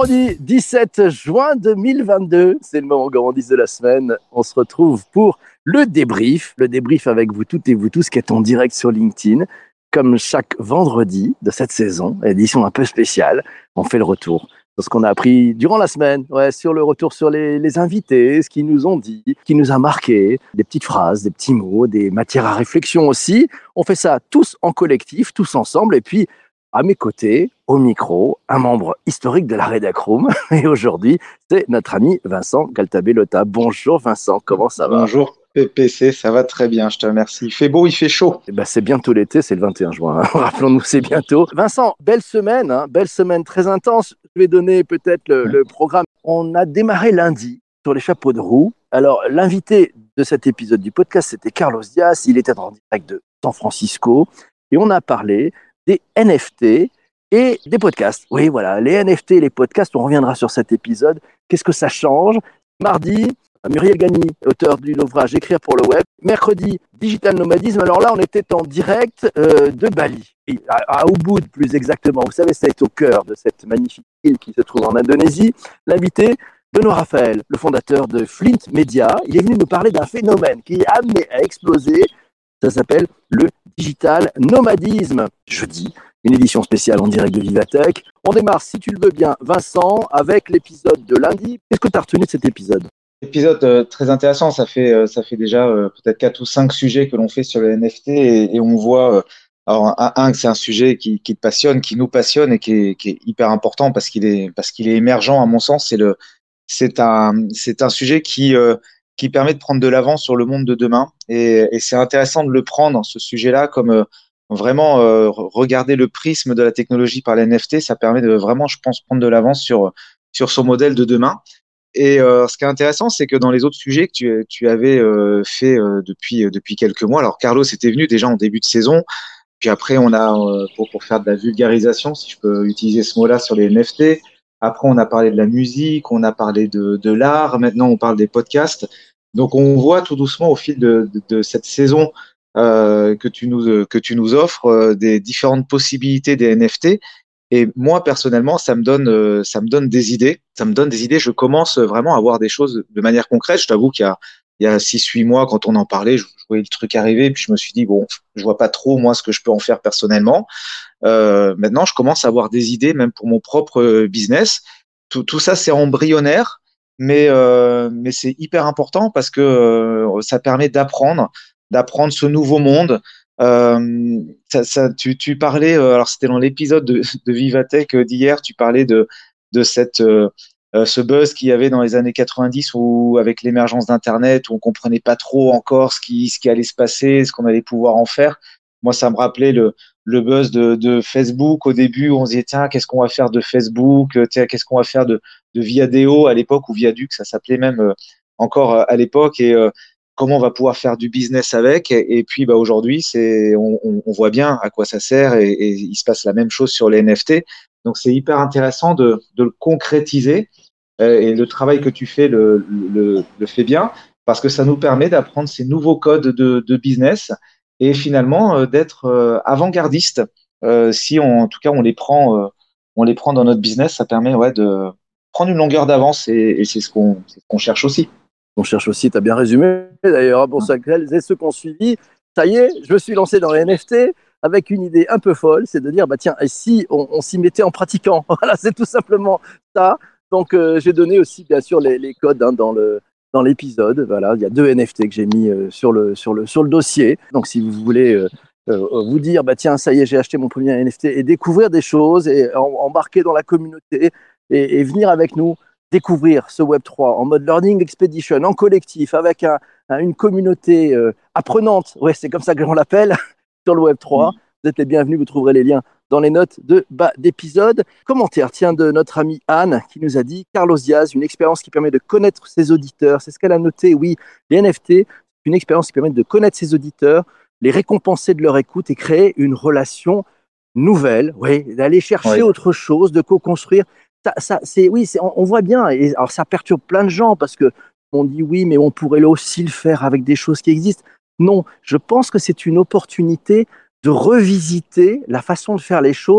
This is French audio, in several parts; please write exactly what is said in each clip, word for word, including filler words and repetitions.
Vendredi dix-sept juin deux mille vingt-deux, c'est le moment gourmandise de la semaine. On se retrouve pour le débrief, le débrief avec vous toutes et vous tous qui êtes en direct sur LinkedIn. Comme chaque vendredi de cette saison, édition un peu spéciale, on fait le retour sur ce qu'on a appris durant la semaine, ouais, sur le retour sur les, les invités, ce qu'ils nous ont dit, ce qui nous a marqué, des petites phrases, des petits mots, des matières à réflexion aussi. On fait ça tous en collectif, tous ensemble, et puis à mes côtés, au micro, un membre historique de la Redacroom. Et aujourd'hui, c'est notre ami Vincent Caltabellota. Bonjour Vincent, comment ça va ? Bonjour P P C, ça va très bien, je te remercie. Il fait beau, il fait chaud. Eh ben, c'est bientôt l'été, c'est le vingt et un juin. Hein. Rappelons-nous, c'est bientôt. Vincent, belle semaine, hein, belle semaine très intense. Je vais donner peut-être le, le programme. On a démarré lundi sur les chapeaux de roue. Alors, l'invité de cet épisode du podcast, c'était Carlos Diaz. Il était en direct de San Francisco. Et on a parlé des N F T et des podcasts. Oui, voilà, les N F T et les podcasts, on reviendra sur cet épisode. Qu'est-ce que ça change ? Mardi, Muriel Gagny, auteur de l'ouvrage Écrire pour le web. Mercredi, Digital Nomadisme. Alors là, on était en direct euh, de Bali, à, à Ubud plus exactement. Vous savez, c'est au cœur de cette magnifique île qui se trouve en Indonésie. L'invité, Benoît Raphaël, le fondateur de Flint Media. Il est venu nous parler d'un phénomène qui est amené à exploser. Ça s'appelle le digital nomadisme. Jeudi, une édition spéciale en direct de Vivatech. On démarre, si tu le veux bien, Vincent, avec l'épisode de lundi. Qu'est-ce que tu as retenu de cet épisode ? Épisode euh, très intéressant, ça fait euh, ça fait déjà euh, peut-être quatre ou cinq sujets que l'on fait sur les N F T et, et on voit euh, alors un, un que c'est un sujet qui, qui te passionne, qui nous passionne et qui est, qui est hyper important parce qu'il est parce qu'il est émergent à mon sens. C'est le c'est un c'est un sujet qui euh, qui permet de prendre de l'avance sur le monde de demain et, et c'est intéressant de le prendre ce sujet-là comme euh, vraiment euh, regarder le prisme de la technologie par les N F T. Ça permet de vraiment, je pense, prendre de l'avance sur sur son modèle de demain. Et euh, ce qui est intéressant, c'est que dans les autres sujets que tu, tu avais euh, fait euh, depuis euh, depuis quelques mois, alors Carlos était venu déjà en début de saison, puis après on a euh, pour pour faire de la vulgarisation, si je peux utiliser ce mot-là, sur les N F T. Après on a parlé de la musique, on a parlé de de l'art, maintenant on parle des podcasts. Donc on voit tout doucement au fil de de, de cette saison euh, que tu nous que tu nous offres euh, des différentes possibilités des N F T. Et moi, personnellement, ça me donne, euh, ça me donne des idées. Ça me donne des idées. Je commence vraiment à voir des choses de manière concrète. Je t'avoue qu'il y a, il y a six, huit mois, quand on en parlait, je, je voyais le truc arriver. Puis je me suis dit, bon, je vois pas trop, moi, ce que je peux en faire personnellement. Euh, maintenant, je commence à avoir des idées, même pour mon propre business. Tout, tout ça, c'est embryonnaire, mais, euh, mais c'est hyper important parce que euh, ça permet d'apprendre, d'apprendre ce nouveau monde. Euh, ça, ça, tu, tu parlais, euh, alors c'était dans l'épisode de, de Vivatech d'hier, tu parlais de, de cette, euh, euh, ce buzz qu'il y avait dans les années quatre-vingt-dix où, avec l'émergence d'Internet, où on comprenait pas trop encore ce qui, ce qui allait se passer, ce qu'on allait pouvoir en faire. Moi, ça me rappelait le, le buzz de, de Facebook au début où on se disait, tiens, qu'est-ce qu'on va faire de Facebook? Tiens, qu'est-ce qu'on va faire de, de Viadeo à l'époque, ou Viaduc, ça s'appelait même euh, encore euh, à l'époque. Et, euh, comment on va pouvoir faire du business avec. Et, et puis bah, aujourd'hui, c'est, on, on, on voit bien à quoi ça sert et, et il se passe la même chose sur les N F T. Donc c'est hyper intéressant de, de le concrétiser euh, et le travail que tu fais le, le, le fait bien parce que ça nous permet d'apprendre ces nouveaux codes de, de business et finalement euh, d'être euh, avant-gardiste. Euh, si on, en tout cas on les prend, euh, on les prend dans notre business, ça permet ouais, de prendre une longueur d'avance et, et c'est ce qu'on, c'est ce qu'on cherche aussi. On cherche aussi, tu as bien résumé d'ailleurs, pour ceux qui ont suivi. Ça y est, je me suis lancé dans les N F T avec une idée un peu folle, c'est de dire, bah tiens, et si on, on s'y mettait en pratiquant ? Voilà, c'est tout simplement ça. Donc, euh, j'ai donné aussi, bien sûr, les, les codes hein, dans, le, dans l'épisode. Voilà, il y a deux N F T que j'ai mis euh, sur, le, sur, le, sur le dossier. Donc, si vous voulez euh, euh, vous dire, bah tiens, ça y est, j'ai acheté mon premier N F T et découvrir des choses et en, embarquer dans la communauté et, et venir avec nous découvrir ce Web trois en mode Learning Expedition, en collectif, avec un, un, une communauté euh, apprenante, ouais, c'est comme ça que l'on l'appelle, sur le Web trois. Mmh. Vous êtes les bienvenus, vous trouverez les liens dans les notes de bas d'épisode. Commentaire, tiens, de notre amie Anne, qui nous a dit « Carlos Diaz, une expérience qui permet de connaître ses auditeurs ». C'est ce qu'elle a noté, oui, les N F T, c'est une expérience qui permet de connaître ses auditeurs, les récompenser de leur écoute et créer une relation nouvelle, oui, d'aller chercher oui. autre chose, de co-construire. Ça, ça, c'est, oui, c'est, on, on voit bien, et alors ça perturbe plein de gens parce que on dit oui, mais on pourrait aussi le faire avec des choses qui existent. Non, je pense que c'est une opportunité de revisiter la façon de faire les choses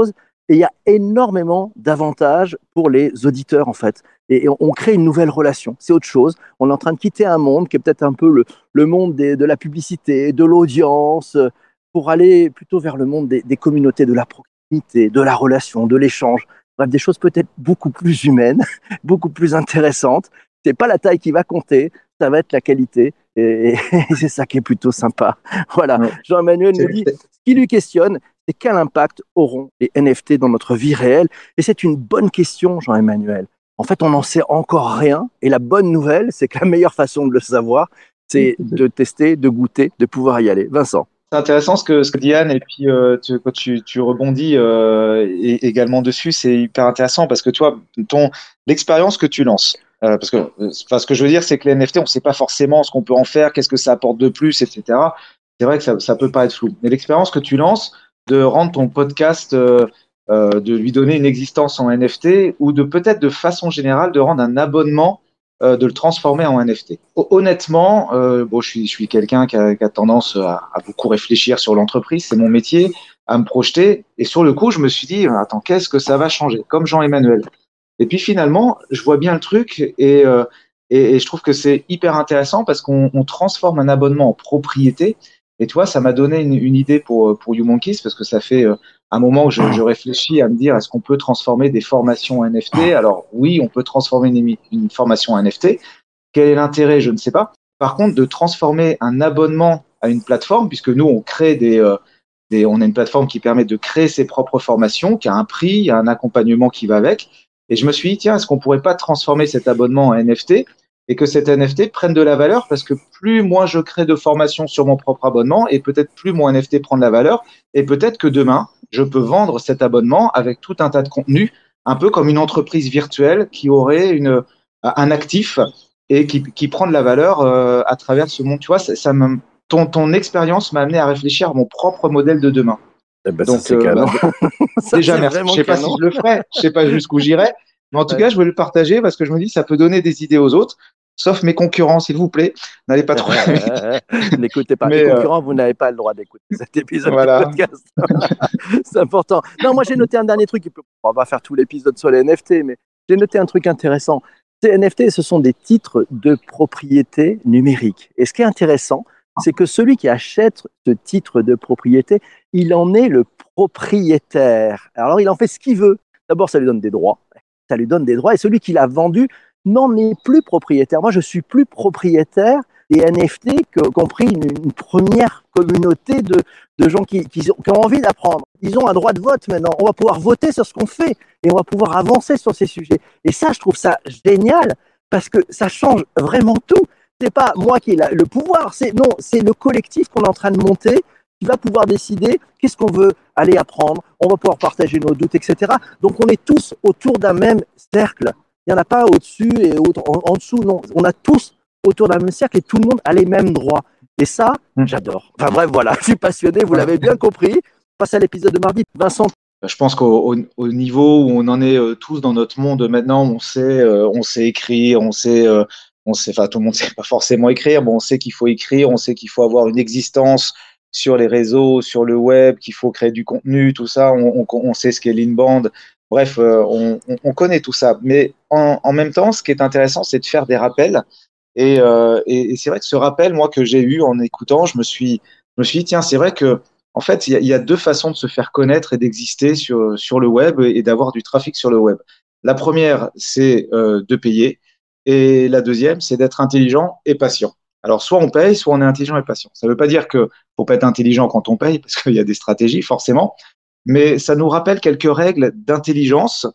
Et il y a énormément d'avantages pour les auditeurs, en fait. Et, et on crée une nouvelle relation. C'est autre chose. On est en train de quitter un monde qui est peut-être un peu le, le monde des, de la publicité, de l'audience, euh, pour aller plutôt vers le monde des, des communautés, de la proximité, de la relation, de l'échange. Bref, des choses peut-être beaucoup plus humaines, beaucoup plus intéressantes. C'est pas la taille qui va compter, ça va être la qualité. Et, et c'est ça qui est plutôt sympa. Voilà. Ouais. Jean-Emmanuel nous dit, ce qui lui questionne, c'est quel impact auront les N F T dans notre vie réelle? Et c'est une bonne question, Jean-Emmanuel. En fait, on n'en sait encore rien. Et la bonne nouvelle, c'est que la meilleure façon de le savoir, c'est de tester, de goûter, de pouvoir y aller. Vincent. C'est intéressant ce que, ce que dit Anne, et puis euh, tu, quand tu, tu rebondis euh, et, également dessus, c'est hyper intéressant parce que toi, ton l'expérience que tu lances, euh, parce que enfin, ce que je veux dire, c'est que les N F T, on ne sait pas forcément ce qu'on peut en faire, qu'est-ce que ça apporte de plus, et cetera. C'est vrai que ça, ça peut paraître flou, mais l'expérience que tu lances de rendre ton podcast, euh, euh, de lui donner une existence en N F T, ou de peut-être de façon générale de rendre un abonnement, euh, de le transformer en N F T. Honnêtement, euh, bon, je suis, je suis quelqu'un qui a, qui a tendance à, à beaucoup réfléchir sur l'entreprise, c'est mon métier, à me projeter. Et sur le coup, je me suis dit, attends, qu'est-ce que ça va changer? Comme Jean-Emmanuel. Et puis finalement, je vois bien le truc et, euh, et, et je trouve que c'est hyper intéressant parce qu'on on transforme un abonnement en propriété. Et tu vois, ça m'a donné une, une idée pour, pour YouMonkeys parce que ça fait euh, un moment que je, je réfléchis à me dire, est-ce qu'on peut transformer des formations en N F T? Alors oui, on peut transformer une, une formation en N F T. Quel est l'intérêt? Je ne sais pas. Par contre, de transformer un abonnement à une plateforme, puisque nous, on crée des, euh, des, on a une plateforme qui permet de créer ses propres formations, qui a un prix, il y a un accompagnement qui va avec. Et je me suis dit, tiens, est-ce qu'on pourrait pas transformer cet abonnement en N F T et que cet N F T prenne de la valeur parce que plus moi je crée de formations sur mon propre abonnement et peut-être plus mon N F T prend de la valeur et peut-être que demain, je peux vendre cet abonnement avec tout un tas de contenus, un peu comme une entreprise virtuelle qui aurait une, un actif et qui, qui prend de la valeur euh, à travers ce monde. Tu vois, ça, ça me, ton, ton expérience m'a amené à réfléchir à mon propre modèle de demain. Eh ben, Donc, ça, euh, bah, ça, déjà, merci. Je ne sais pas si je le ferai, je ne sais pas jusqu'où j'irai, mais en tout ouais. cas, je veux le partager parce que je me dis ça peut donner des idées aux autres, sauf mes concurrents, s'il vous plaît. N'allez pas trop. N'écoutez pas. Mais, les concurrents, euh... vous n'avez pas le droit d'écouter cet épisode voilà. du podcast. C'est important. Non, moi, j'ai noté un dernier truc. On va faire tout l'épisode sur les N F T, mais j'ai noté un truc intéressant. Ces N F T, ce sont des titres de propriété numérique. Et ce qui est intéressant, c'est que celui qui achète ce titre de propriété, il en est le propriétaire. Alors, il en fait ce qu'il veut. D'abord, ça lui donne des droits. Ça lui donne des droits. Et celui qui l'a vendu n'en est plus propriétaire. Moi, je suis plus propriétaire des N F T qu'ont pris une, une première communauté de, de gens qui, qui, ont, qui ont envie d'apprendre. Ils ont un droit de vote maintenant. On va pouvoir voter sur ce qu'on fait et on va pouvoir avancer sur ces sujets. Et ça, je trouve ça génial parce que ça change vraiment tout. C'est pas moi qui ai la, le pouvoir, c'est non, c'est le collectif qu'on est en train de monter qui va pouvoir décider qu'est-ce qu'on veut aller apprendre, on va pouvoir partager nos doutes, et cetera. Donc on est tous autour d'un même cercle. Il n'y en a pas au-dessus et au- en, en dessous, non. On a tous autour d'un même cercle et tout le monde a les mêmes droits. Et ça, Mmh. j'adore. Enfin bref, voilà, je suis passionné, vous l'avez bien compris. On passe à l'épisode de mardi. Vincent, Je pense qu'au au, au niveau où on en est euh, tous dans notre monde maintenant, on sait, euh, on sait écrire, on sait, euh, on sait, enfin tout le monde sait pas forcément écrire, mais on sait qu'il faut écrire, on sait qu'il faut avoir une existence sur les réseaux, sur le web, qu'il faut créer du contenu, tout ça. On, on, on sait ce qu'est l'inbound. Bref, euh, on, on, on connaît tout ça. Mais en, en même temps, ce qui est intéressant, c'est de faire des rappels. Et, euh, et, et c'est vrai que ce rappel, moi, que j'ai eu en écoutant, je me suis, je me suis dit, tiens, c'est vrai que en fait, il y a, il y a deux façons de se faire connaître et d'exister sur, sur le web et d'avoir du trafic sur le web. La première, c'est euh, de payer. Et la deuxième, c'est d'être intelligent et patient. Alors, soit on paye, soit on est intelligent et patient. Ça ne veut pas dire que faut pas être intelligent quand on paye, parce qu'il y a des stratégies, forcément. Mais ça nous rappelle quelques règles d'intelligence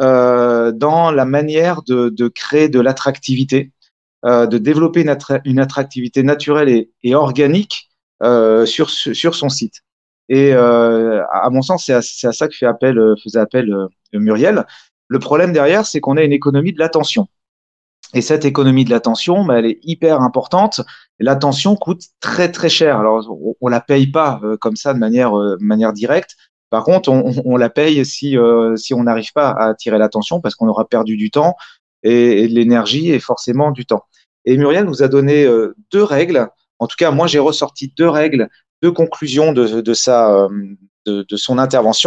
euh, dans la manière de, de créer de l'attractivité, euh, de développer une, attra- une attractivité naturelle et, et organique euh, sur, sur son site. Et euh, à mon sens, c'est à, c'est à ça que fait appel, euh, faisait appel euh, Muriel. Le problème derrière, c'est qu'on a une économie de l'attention. Et cette économie de l'attention, bah, elle est hyper importante. Et l'attention coûte très très cher. Alors, on, on la paye pas euh, comme ça de manière euh, manière directe. Par contre, on, on la paye si euh, si on n'arrive pas à attirer l'attention parce qu'on aura perdu du temps et, et de l'énergie et forcément du temps. Et Muriel nous a donné euh, deux règles. En tout cas, moi, j'ai ressorti deux règles, deux conclusions de, de sa euh, de, de son intervention.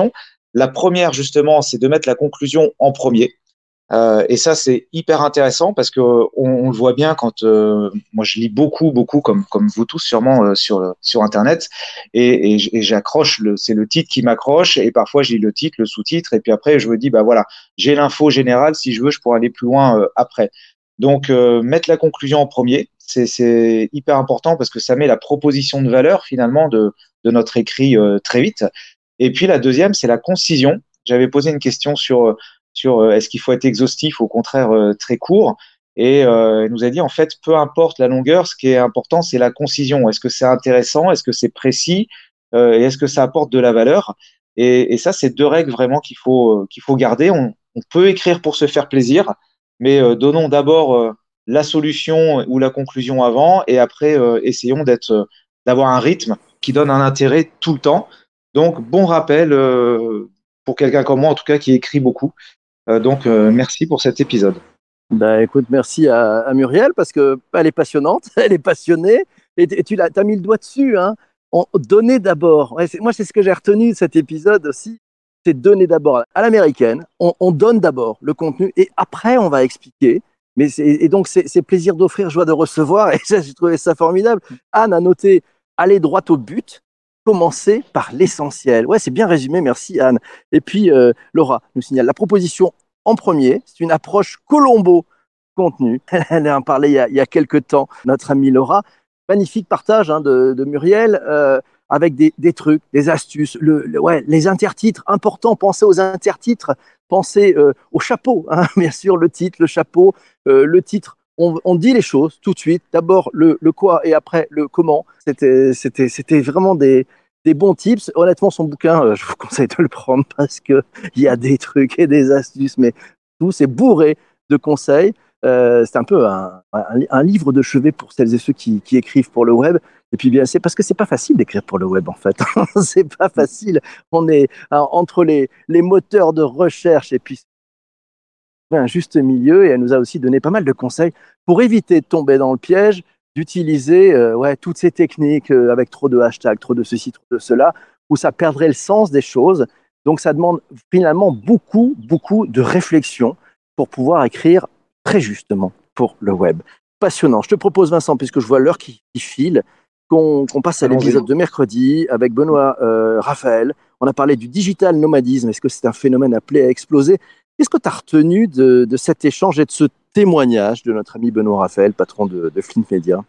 La première, justement, c'est de mettre la conclusion en premier. Euh, et ça, c'est hyper intéressant parce que on, on le voit bien quand euh, moi je lis beaucoup, beaucoup comme comme vous tous sûrement euh, sur sur Internet et, et, et j'accroche. Le, c'est le titre qui m'accroche et parfois j'ai le titre, le sous-titre et puis après je me dis bah voilà, j'ai l'info générale. Si je veux, je pourrais aller plus loin euh, après. Donc euh, mettre la conclusion en premier, c'est c'est hyper important parce que ça met la proposition de valeur finalement de de notre écrit euh, très vite. Et puis la deuxième, c'est la concision. J'avais posé une question sur sur euh, est-ce qu'il faut être exhaustif ou au contraire euh, très court. Et euh, il nous a dit, en fait, peu importe la longueur, ce qui est important, c'est la concision. Est-ce que c'est intéressant? Est-ce que c'est précis? Euh, et est-ce que ça apporte de la valeur? Et, et ça, c'est deux règles vraiment qu'il faut, euh, qu'il faut garder. On, on peut écrire pour se faire plaisir, mais euh, donnons d'abord euh, la solution ou la conclusion avant, et après, euh, essayons d'être, euh, d'avoir un rythme qui donne un intérêt tout le temps. Donc, bon rappel euh, pour quelqu'un comme moi, en tout cas, qui écrit beaucoup. Euh, donc, euh, merci pour cet épisode. Ben, écoute, merci à, à Muriel parce que elle est passionnante, elle est passionnée et, et tu l'as, t'as mis le doigt dessus. Hein. On, donner d'abord. Ouais, c'est, moi, c'est ce que j'ai retenu de cet épisode aussi. C'est donner d'abord à l'américaine. On, on donne d'abord le contenu et après on va expliquer. Mais c'est, et donc c'est, c'est plaisir d'offrir, joie de recevoir. Et ça, j'ai trouvé ça formidable. Anne a noté aller droit au but. Commencer par l'essentiel. Ouais, c'est bien résumé. Merci Anne. Et puis euh, Laura nous signale la proposition en premier. C'est une approche Colombo contenu. Elle en parlait il y a, il y a quelques temps, notre amie Laura. Magnifique partage hein, de, de Muriel euh, avec des, des trucs, des astuces. Le, le, ouais, les intertitres, important, pensez aux intertitres, pensez euh, au chapeau, hein, bien sûr, le titre, le chapeau, euh, le titre. On, on dit les choses tout de suite. D'abord le, le quoi et après le comment. C'était, c'était, c'était vraiment des, des bons tips. Honnêtement, son bouquin, euh, je vous conseille de le prendre parce qu'il y a des trucs et des astuces, mais tout, c'est bourré de conseils. Euh, c'est un peu un, un, un livre de chevet pour celles et ceux qui, qui écrivent pour le web. Et puis bien, c'est parce que c'est pas facile d'écrire pour le web en fait. C'est pas facile. On est alors, entre les, les moteurs de recherche et puis un juste milieu. Et elle nous a aussi donné pas mal de conseils pour éviter de tomber dans le piège d'utiliser euh, ouais, toutes ces techniques euh, avec trop de hashtags, trop de ceci, trop de cela, où ça perdrait le sens des choses. Donc ça demande finalement beaucoup, beaucoup de réflexion pour pouvoir écrire très justement pour le web. Passionnant. Je te propose, Vincent, puisque je vois l'heure qui, qui file, qu'on qu'on passe à Allons-y. l'épisode de mercredi avec Benoît euh, Raphaël. On a parlé du digital nomadisme. Est-ce que c'est un phénomène appelé à exploser? Qu'est-ce que tu as retenu de, de cet échange et de ce témoignage de notre ami Benoît Raphaël, patron de, de Flint Media?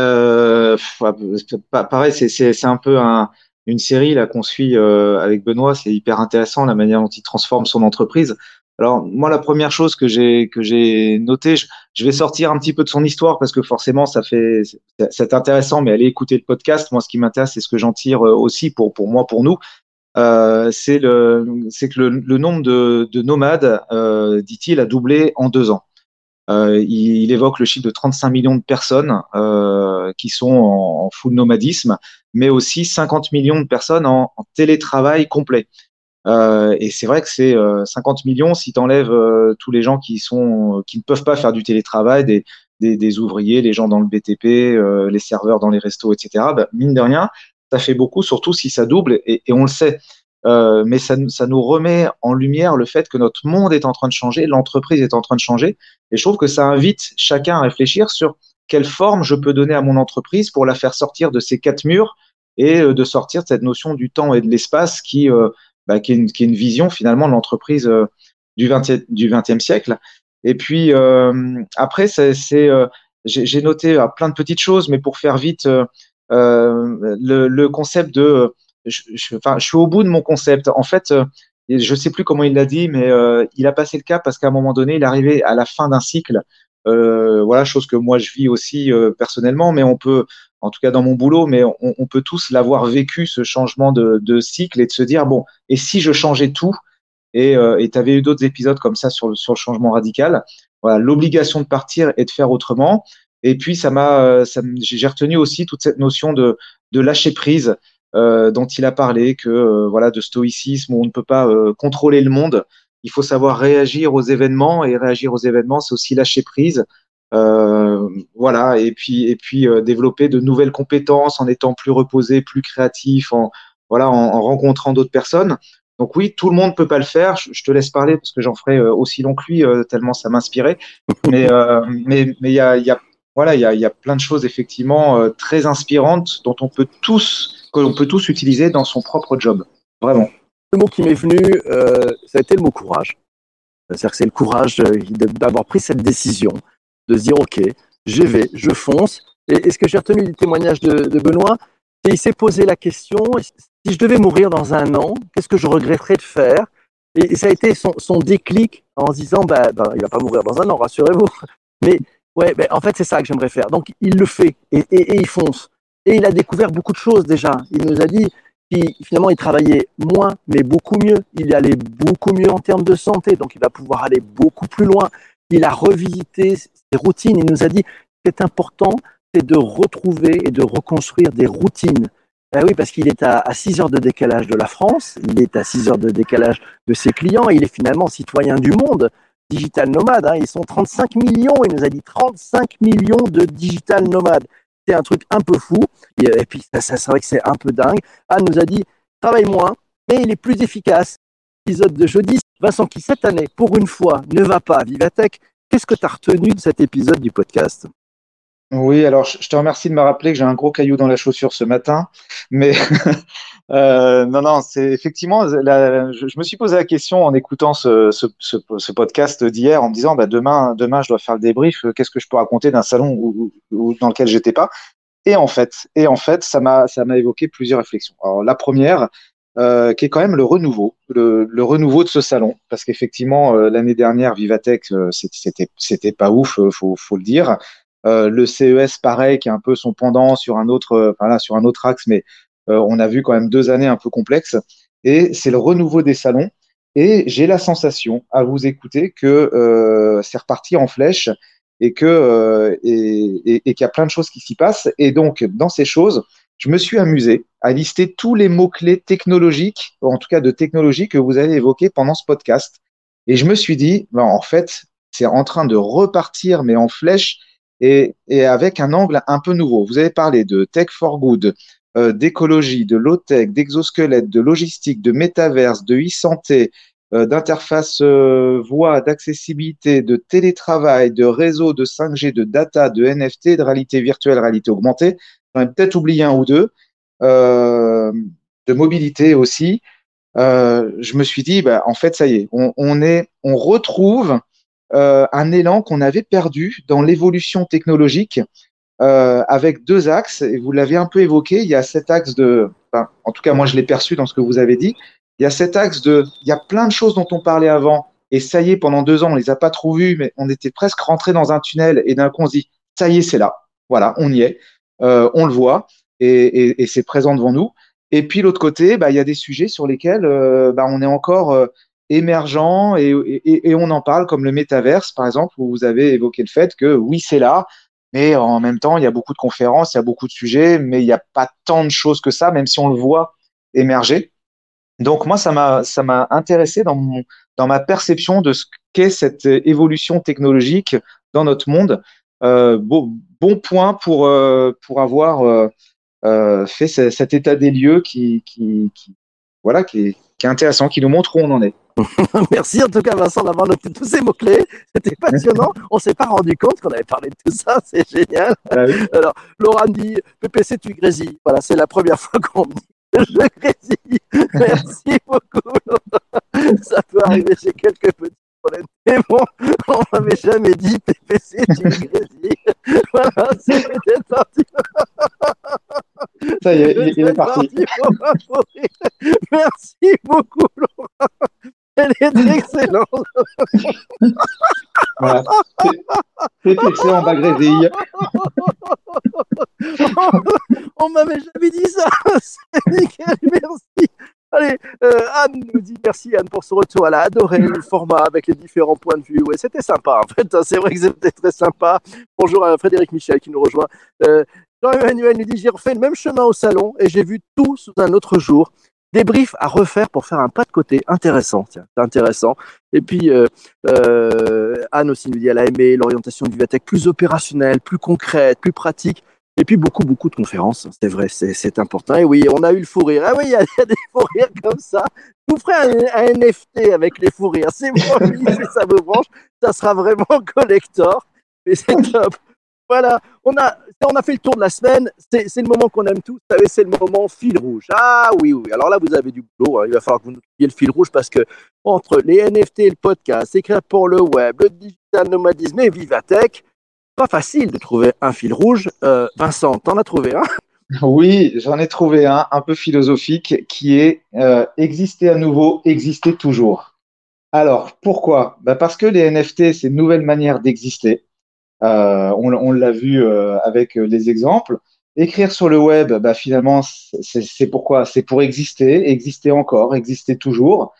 Euh, pareil, c'est, c'est, c'est un peu un, une série là qu'on suit euh, avec Benoît. C'est hyper intéressant la manière dont il transforme son entreprise. Alors moi, la première chose que j'ai que j'ai noté, je, je vais sortir un petit peu de son histoire parce que forcément, ça fait c'est, c'est intéressant. Mais allez écouter le podcast. Moi, ce qui m'intéresse, c'est ce que j'en tire aussi pour pour moi, pour nous. Euh, c'est le c'est que le, le nombre de, de nomades, euh, dit-il, a doublé en deux ans. Euh, il, il évoque le chiffre de trente-cinq millions de personnes euh, qui sont en, en full nomadisme, mais aussi cinquante millions de personnes en, en télétravail complet. Euh, et c'est vrai que c'est euh, cinquante millions si tu enlèves euh, tous les gens qui sont qui ne peuvent pas faire du télétravail, des, des, des ouvriers, les gens dans le B T P, euh, les serveurs dans les restos, et cetera. Bah, mine de rien, ça fait beaucoup, surtout si ça double, et, et on le sait. Euh, mais ça, ça nous remet en lumière le fait que notre monde est en train de changer, l'entreprise est en train de changer, et je trouve que ça invite chacun à réfléchir sur quelle forme je peux donner à mon entreprise pour la faire sortir de ces quatre murs et euh, de sortir de cette notion du temps et de l'espace qui euh, bah, qui, est une, qui est une vision finalement de l'entreprise euh, du vingtième du vingtième siècle. Et puis euh, après, c'est, c'est, euh, j'ai, j'ai noté euh, plein de petites choses, mais pour faire vite, euh, euh, le, le concept de, je, je, enfin, je suis au bout de mon concept. En fait, euh, je sais plus comment il l'a dit, mais euh, il a passé le cap parce qu'à un moment donné, il est arrivé à la fin d'un cycle. Euh, voilà, chose que moi je vis aussi euh, personnellement, mais on peut, en tout cas dans mon boulot, mais on, on peut tous l'avoir vécu, ce changement de, de cycle et de se dire, bon, et si je changeais tout? Et euh, et tu avais eu d'autres épisodes comme ça sur le, sur le changement radical. Voilà, l'obligation de partir et de faire autrement. Et puis, ça m'a, ça, j'ai retenu aussi toute cette notion de, de lâcher prise euh, dont il a parlé, que euh, voilà, de stoïcisme où on ne peut pas euh, contrôler le monde. Il faut savoir réagir aux événements et réagir aux événements, c'est aussi lâcher prise. Euh, voilà, et puis et puis euh, développer de nouvelles compétences en étant plus reposé, plus créatif, en voilà, en, en rencontrant d'autres personnes. Donc oui, tout le monde peut pas le faire. Je, je te laisse parler parce que j'en ferai euh, aussi long que lui, euh, tellement ça m'inspirait. Mais euh, mais mais il y a il y a voilà il y a il y a plein de choses effectivement euh, très inspirantes dont on peut tous que l'on peut tous utiliser dans son propre job. Vraiment. Le mot qui m'est venu, euh, ça a été le mot courage. C'est-à-dire que c'est le courage euh, d'avoir pris cette décision, de se dire ok, j'y vais, je fonce. Et, et ce que j'ai retenu du témoignage de, de Benoît, c'est qu'il s'est posé la question, si je devais mourir dans un an, qu'est-ce que je regretterais de faire? Et, et ça a été son, son déclic en se disant, bah, bah, il va pas mourir dans un an, rassurez-vous. Mais ouais, bah, en fait, c'est ça que j'aimerais faire. Donc, il le fait et, et, et il fonce. Et il a découvert beaucoup de choses déjà. Il nous a dit qu'il finalement, il travaillait moins, mais beaucoup mieux. Il allait beaucoup mieux en termes de santé, donc il va pouvoir aller beaucoup plus loin. Il a revisité ses routines. Il nous a dit, ce qui est important, c'est de retrouver et de reconstruire des routines. Ben oui, parce qu'il est à, à six heures de décalage de la France, il est à six heures de décalage de ses clients, et il est finalement citoyen du monde, digital nomade. Hein, ils sont trente-cinq millions, il nous a dit trente-cinq millions de digital nomades. C'est un truc un peu fou, et, et puis ça, ça, c'est vrai que c'est un peu dingue. Anne nous a dit, travaille moins, mais il est plus efficace. Épisode de jeudi, Vincent qui cette année, pour une fois, ne va pas à Vivatech. Qu'est-ce que tu as retenu de cet épisode du podcast? Oui, alors je te remercie de me rappeler que j'ai un gros caillou dans la chaussure ce matin, mais euh, non, non, c'est effectivement, la, je, je me suis posé la question en écoutant ce, ce, ce, ce podcast d'hier en me disant, bah, demain, demain, je dois faire le débrief. Qu'est-ce que je peux raconter d'un salon où, où, dans lequel j'étais pas? Et en fait, et en fait, ça m'a, ça m'a évoqué plusieurs réflexions. Alors la première, euh, qui est quand même le renouveau, le, le renouveau de ce salon, parce qu'effectivement, euh, l'année dernière, Vivatech, euh, c'était, c'était pas ouf, euh, faut, faut le dire. Euh, le C E S, pareil, qui est un peu son pendant sur un autre, euh, enfin là, sur un autre axe, mais euh, on a vu quand même deux années un peu complexes. Et c'est le renouveau des salons. Et j'ai la sensation, à vous écouter, que euh, c'est reparti en flèche et que euh, et, et, et qu'il y a plein de choses qui s'y passent. Et donc, dans ces choses, je me suis amusé à lister tous les mots-clés technologiques, ou en tout cas de technologie, que vous avez évoqués pendant ce podcast. Et je me suis dit, ben, en fait, c'est en train de repartir, mais en flèche. Et, et avec un angle un peu nouveau. Vous avez parlé de tech for good, euh, d'écologie, de low-tech, d'exosquelette, de logistique, de métaverse, de e-santé, euh, d'interface euh, voix, d'accessibilité, de télétravail, de réseau, de cinq G, de data, de N F T, de réalité virtuelle, réalité augmentée. J'en ai peut-être oublié un ou deux. Euh, de mobilité aussi. Euh, je me suis dit, bah, en fait, ça y est, on, on est, on retrouve euh, un élan qu'on avait perdu dans l'évolution technologique euh, avec deux axes, et vous l'avez un peu évoqué, il y a cet axe de, enfin, en tout cas moi je l'ai perçu dans ce que vous avez dit, il y a cet axe de, il y a plein de choses dont on parlait avant, et ça y est, pendant deux ans, on les a pas trop vues, mais on était presque rentré dans un tunnel, et d'un coup on se dit, ça y est, c'est là, voilà, on y est, euh, on le voit, et, et, et c'est présent devant nous. Et puis l'autre côté, bah, il y a des sujets sur lesquels euh, bah, on est encore euh, émergent et, et, et on en parle, comme le métaverse, par exemple, où vous avez évoqué le fait que oui, c'est là, mais en même temps, il y a beaucoup de conférences, il y a beaucoup de sujets, mais il n'y a pas tant de choses que ça, même si on le voit émerger. Donc moi, ça m'a ça m'a intéressé dans mon dans ma perception de ce qu'est cette évolution technologique dans notre monde. Euh, bon, bon point pour euh, pour avoir euh, euh, fait ce- cet état des lieux qui qui, qui voilà qui est, qui est intéressant, qui nous montre où on en est. Merci en tout cas Vincent d'avoir noté tous ces mots-clés. C'était passionnant. On ne s'est pas rendu compte qu'on avait parlé de tout ça. C'est génial. Bah oui. Alors, Laura me dit, P P C, tu grésilles. Voilà, c'est la première fois qu'on me dit que je grésille. Merci beaucoup, Laura. Ça peut arriver chez quelques petits problèmes. Mais bon, on m'avait jamais dit P P C, tu grésilles. Voilà, c'est détendu. Ça y est, il, il est parti. Merci beaucoup, Laura. Elle est excellente. Voilà. C'est excellent, bas grésille. On m'avait jamais dit ça. C'est nickel, merci. Allez, euh, Anne nous dit merci Anne pour ce retour. Elle a adoré le format avec les différents points de vue. Ouais, c'était sympa en fait. C'est vrai que c'était très sympa. Bonjour à Frédéric Michel qui nous rejoint. Euh, Jean-Emmanuel nous dit j'ai refait le même chemin au salon et j'ai vu tout sous un autre jour. Débrief à refaire pour faire un pas de côté. Intéressant, tiens, c'est intéressant. Et puis, euh, euh, Anne aussi nous dit, elle a aimé l'orientation du Vivatech plus opérationnelle, plus concrète, plus pratique. Et puis beaucoup, beaucoup de conférences, c'est vrai, c'est, c'est important. Et oui, on a eu le fou rire. Ah oui, il y, a il y a des fous rires comme ça. Je vous ferai un, un N F T avec les fous rires. C'est promis, si ça me branche, ça sera vraiment collector. Mais c'est top. Voilà, on a, on a fait le tour de la semaine. C'est, c'est le moment qu'on aime tous. Vous savez, c'est le moment fil rouge. Ah oui, oui. Alors là, vous avez du boulot, hein. Il va falloir que vous nous trouviez le fil rouge parce que entre les N F T et le podcast, écrire pour le web, le digital nomadisme et Vivatech, pas facile de trouver un fil rouge. Euh, Vincent, t'en as trouvé un? Oui, j'en ai trouvé un un peu philosophique qui est euh, exister à nouveau, exister toujours. Alors, pourquoi? Bah parce que les N F T, c'est une nouvelle manière d'exister. Euh, on, on l'a vu euh, avec euh, les exemples. Écrire sur le web, bah, finalement, c'est c'est pourquoi? C'est pour exister, exister encore, exister toujours.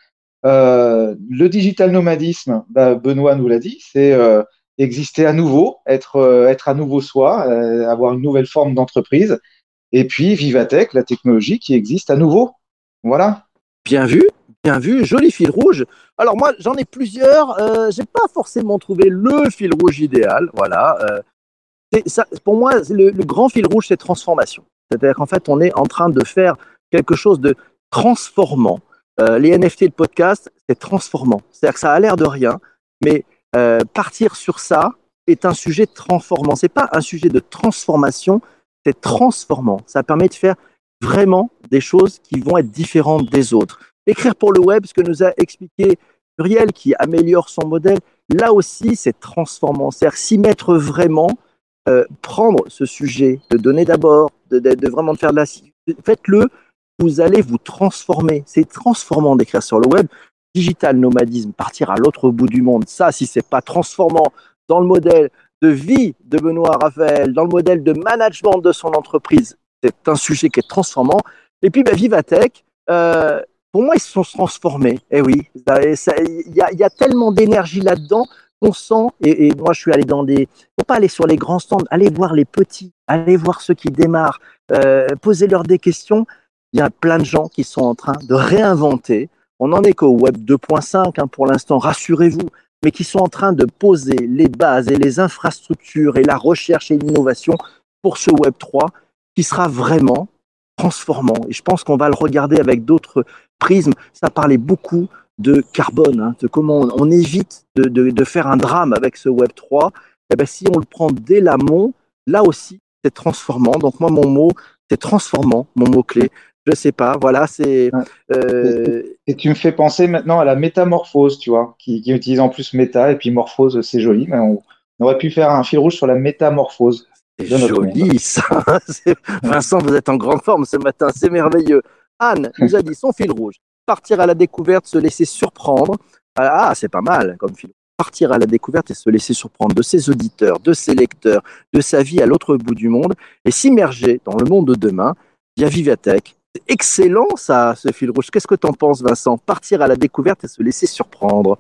Euh, le digital nomadisme, bah, Benoît nous l'a dit, c'est euh, exister à nouveau, être, euh, être à nouveau soi, euh, avoir une nouvelle forme d'entreprise. Et puis Vivatech, la technologie qui existe à nouveau. Voilà. Bien vu, bien vu, joli fil rouge. Alors moi, j'en ai plusieurs. Euh, j'ai pas forcément trouvé le fil rouge idéal. Voilà. Euh, c'est- ça, pour moi, le, le grand fil rouge, c'est transformation. C'est-à-dire qu'en fait, on est en train de faire quelque chose de transformant. Euh, les N F T, le podcast, c'est transformant. C'est-à-dire que ça a l'air de rien, mais euh, partir sur ça est un sujet transformant. C'est pas un sujet de transformation, c'est transformant. Ça permet de faire vraiment des choses qui vont être différentes des autres. Écrire pour le web, ce que nous a expliqué Muriel, qui améliore son modèle, là aussi, c'est transformant. C'est-à-dire s'y mettre vraiment, euh, prendre ce sujet, de donner d'abord, de, de, de vraiment de faire de la... Faites-le, vous allez vous transformer. C'est transformant d'écrire sur le web. Digital nomadisme, partir à l'autre bout du monde, ça, si c'est pas transformant dans le modèle de vie de Benoît Raphaël, dans le modèle de management de son entreprise, c'est un sujet qui est transformant. Et puis, bah, Vivatech, euh, pour moi, ils se sont transformés. Eh oui, il y, a, y a tellement d'énergie là-dedans qu'on sent, et, et moi je suis allé dans des... Il ne faut pas aller sur les grands stands, allez voir les petits, allez voir ceux qui démarrent, euh, posez-leur des questions. Il y a plein de gens qui sont en train de réinventer. On n'en est qu'au web deux point cinq hein, pour l'instant, rassurez-vous, mais qui sont en train de poser les bases et les infrastructures et la recherche et l'innovation pour ce web trois qui sera vraiment transformant. Et je pense qu'on va le regarder avec d'autres prismes. Ça parlait beaucoup de carbone, hein, de comment on, on évite de, de, de faire un drame avec ce web trois. Et bien, si on le prend dès l'amont, là aussi, c'est transformant. Donc moi, mon mot, c'est transformant, mon mot-clé. Je sais pas, voilà, c'est... Euh... Et, et tu me fais penser maintenant à la métamorphose, tu vois, qui, qui utilise en plus méta, et puis morphose, c'est joli, mais on, on aurait pu faire un fil rouge sur la métamorphose. C'est joli, ça. Vincent, vous êtes en grande forme ce matin, c'est merveilleux. Anne nous a dit son fil rouge. Partir à la découverte, se laisser surprendre. Ah, c'est pas mal comme fil. Partir à la découverte et se laisser surprendre de ses auditeurs, de ses lecteurs, de sa vie à l'autre bout du monde et s'immerger dans le monde de demain via Vivatech. C'est excellent, ça, ce fil rouge. Qu'est-ce que tu en penses, Vincent? Partir à la découverte et se laisser surprendre.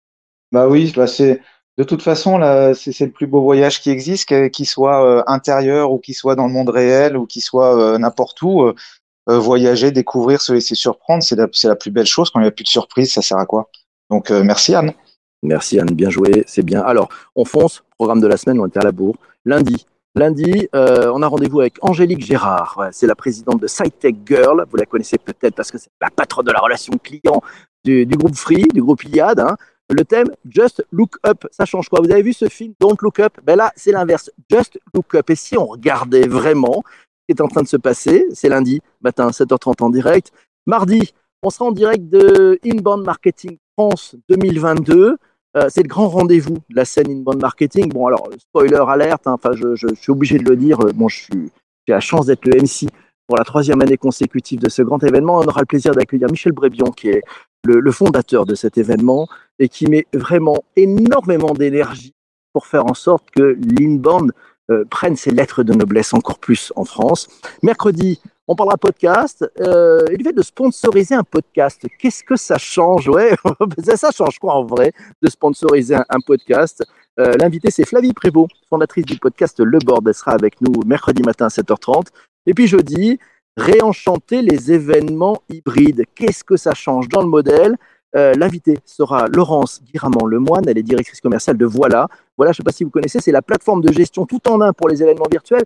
Bah oui, bah c'est de toute façon là, c'est c'est le plus beau voyage qui existe, qu'il soit euh, intérieur ou qu'il soit dans le monde réel ou qu'il soit euh, n'importe où. Euh, euh, voyager, découvrir, se laisser surprendre, c'est la, c'est la plus belle chose. Quand il n'y a plus de surprise, ça sert à quoi? Donc euh, merci Anne. Merci Anne, bien joué, c'est bien. Alors, on fonce, programme de la semaine, on est à la bourre. Lundi, lundi, euh, on a rendez-vous avec Angélique Gérard. Ouais, c'est la présidente de SciTech Girl. Vous la connaissez peut-être parce que c'est la patronne de la relation client du, du groupe Free, du groupe Iliad. Hein. Le thème, Just Look Up. Ça change quoi? Vous avez vu ce film, Don't Look Up? Ben là, c'est l'inverse, Just Look Up. Et si on regardait vraiment ce qui est en train de se passer, c'est lundi matin, sept heures trente en direct. Mardi, on sera en direct de Inbound Marketing France deux mille vingt-deux. Euh, c'est le grand rendez-vous de la scène Inbound Marketing. Bon, alors, spoiler alerte, hein, enfin, je, je, je suis obligé de le dire. Bon, je suis, j'ai la chance d'être le M C pour la troisième année consécutive de ce grand événement. On aura le plaisir d'accueillir Michel Brébion, qui est le, le fondateur de cet événement et qui met vraiment énormément d'énergie pour faire en sorte que l'Inbound euh, prenne ses lettres de noblesse encore plus en France. Mercredi, on parlera podcast. Euh, et le fait de sponsoriser un podcast, qu'est-ce que ça change? Ouais, ça change quoi en vrai de sponsoriser un, un podcast? euh, L'invité, c'est Flavie Prévost, fondatrice du podcast Le Board. Elle sera avec nous mercredi matin à sept heures trente. Et puis jeudi, réenchanter les événements hybrides. Qu'est-ce que ça change dans le modèle? Euh, L'invité sera Laurence Guiramant-Lemoine, elle est directrice commerciale de Voilà. Voilà, je ne sais pas si vous connaissez, c'est la plateforme de gestion tout en un pour les événements virtuels.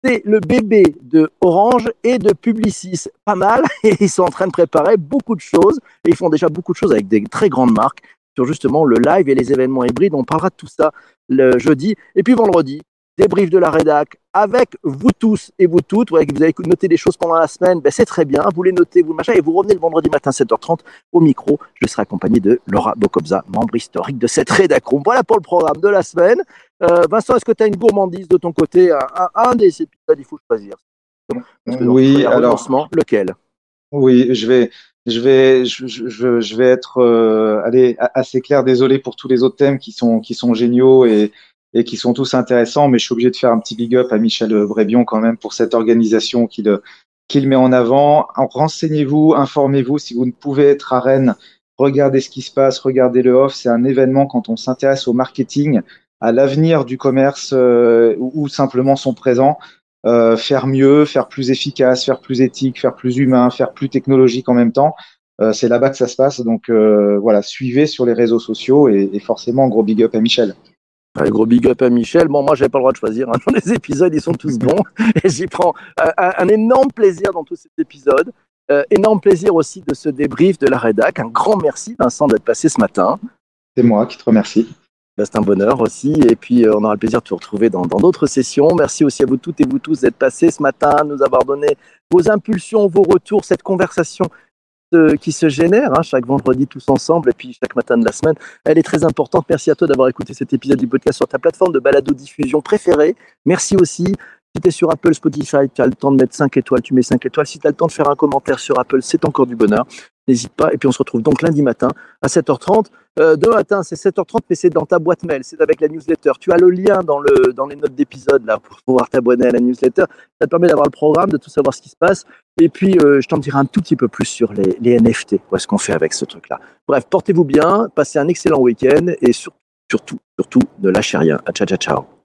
C'est le bébé de Orange et de Publicis. Pas mal. Et ils sont en train de préparer beaucoup de choses. Et ils font déjà beaucoup de choses avec des très grandes marques sur justement le live et les événements hybrides. On parlera de tout ça le jeudi. Et puis vendredi, débrief de la rédac avec vous tous et vous toutes. Ouais, vous avez noté des choses pendant la semaine, ben c'est très bien. Vous les notez, vous machin, et vous revenez le vendredi matin sept heures trente au micro. Je serai accompagné de Laura Bocobza, membre historique de cette rédac-room. Voilà pour le programme de la semaine. Euh, Vincent, est-ce que tu as une gourmandise de ton côté? un, un, un des épisodes, il faut choisir. Parce que oui, alors lequel? Oui, je vais, je vais, je, je, je vais être euh, allez, assez clair. Désolé pour tous les autres thèmes qui sont qui sont géniaux et et qui sont tous intéressants, mais je suis obligé de faire un petit big up à Michel Brébion quand même pour cette organisation qu'il qu'il met en avant. Renseignez-vous, informez-vous. Si vous ne pouvez être à Rennes, regardez ce qui se passe, regardez le off. C'est un événement quand on s'intéresse au marketing, à l'avenir du commerce euh, ou, ou simplement son présent. Euh, faire mieux, faire plus efficace, faire plus éthique, faire plus humain, faire plus technologique en même temps. Euh, c'est là-bas que ça se passe. Donc euh, voilà, suivez sur les réseaux sociaux et, et forcément, gros big up à Michel. Un gros big up à Michel. Bon, moi, j'ai pas le droit de choisir. Hein. Dans les épisodes, ils sont tous bons. Et j'y prends un, un énorme plaisir dans tous ces épisodes. Euh, énorme plaisir aussi de ce débrief de la rédac. Un grand merci, Vincent, d'être passé ce matin. C'est moi qui te remercie. C'est un bonheur aussi. Et puis, euh, on aura le plaisir de te retrouver dans, dans d'autres sessions. Merci aussi à vous toutes et vous tous d'être passés ce matin, nous avoir donné vos impulsions, vos retours, cette conversation euh, qui se génère hein, chaque vendredi tous ensemble et puis chaque matin de la semaine. Elle est très importante. Merci à toi d'avoir écouté cet épisode du podcast sur ta plateforme de balado-diffusion préférée. Merci aussi. Si tu es sur Apple, Spotify, tu as le temps de mettre cinq étoiles, tu mets cinq étoiles. Si tu as le temps de faire un commentaire sur Apple, c'est encore du bonheur. N'hésite pas. Et puis, on se retrouve donc lundi matin à sept heures trente. Euh, demain matin, c'est sept heures trente, mais c'est dans ta boîte mail. C'est avec la newsletter. Tu as le lien dans, le, dans les notes d'épisode là, pour pouvoir t'abonner à la newsletter. Ça te permet d'avoir le programme, de tout savoir ce qui se passe. Et puis, euh, je t'en dirai un tout petit peu plus sur les, les N F T. Qu'est-ce qu'on fait avec ce truc-là. Bref, portez-vous bien. Passez un excellent week-end. Et surtout, surtout, surtout, ne lâchez rien. Ciao, ciao, ciao.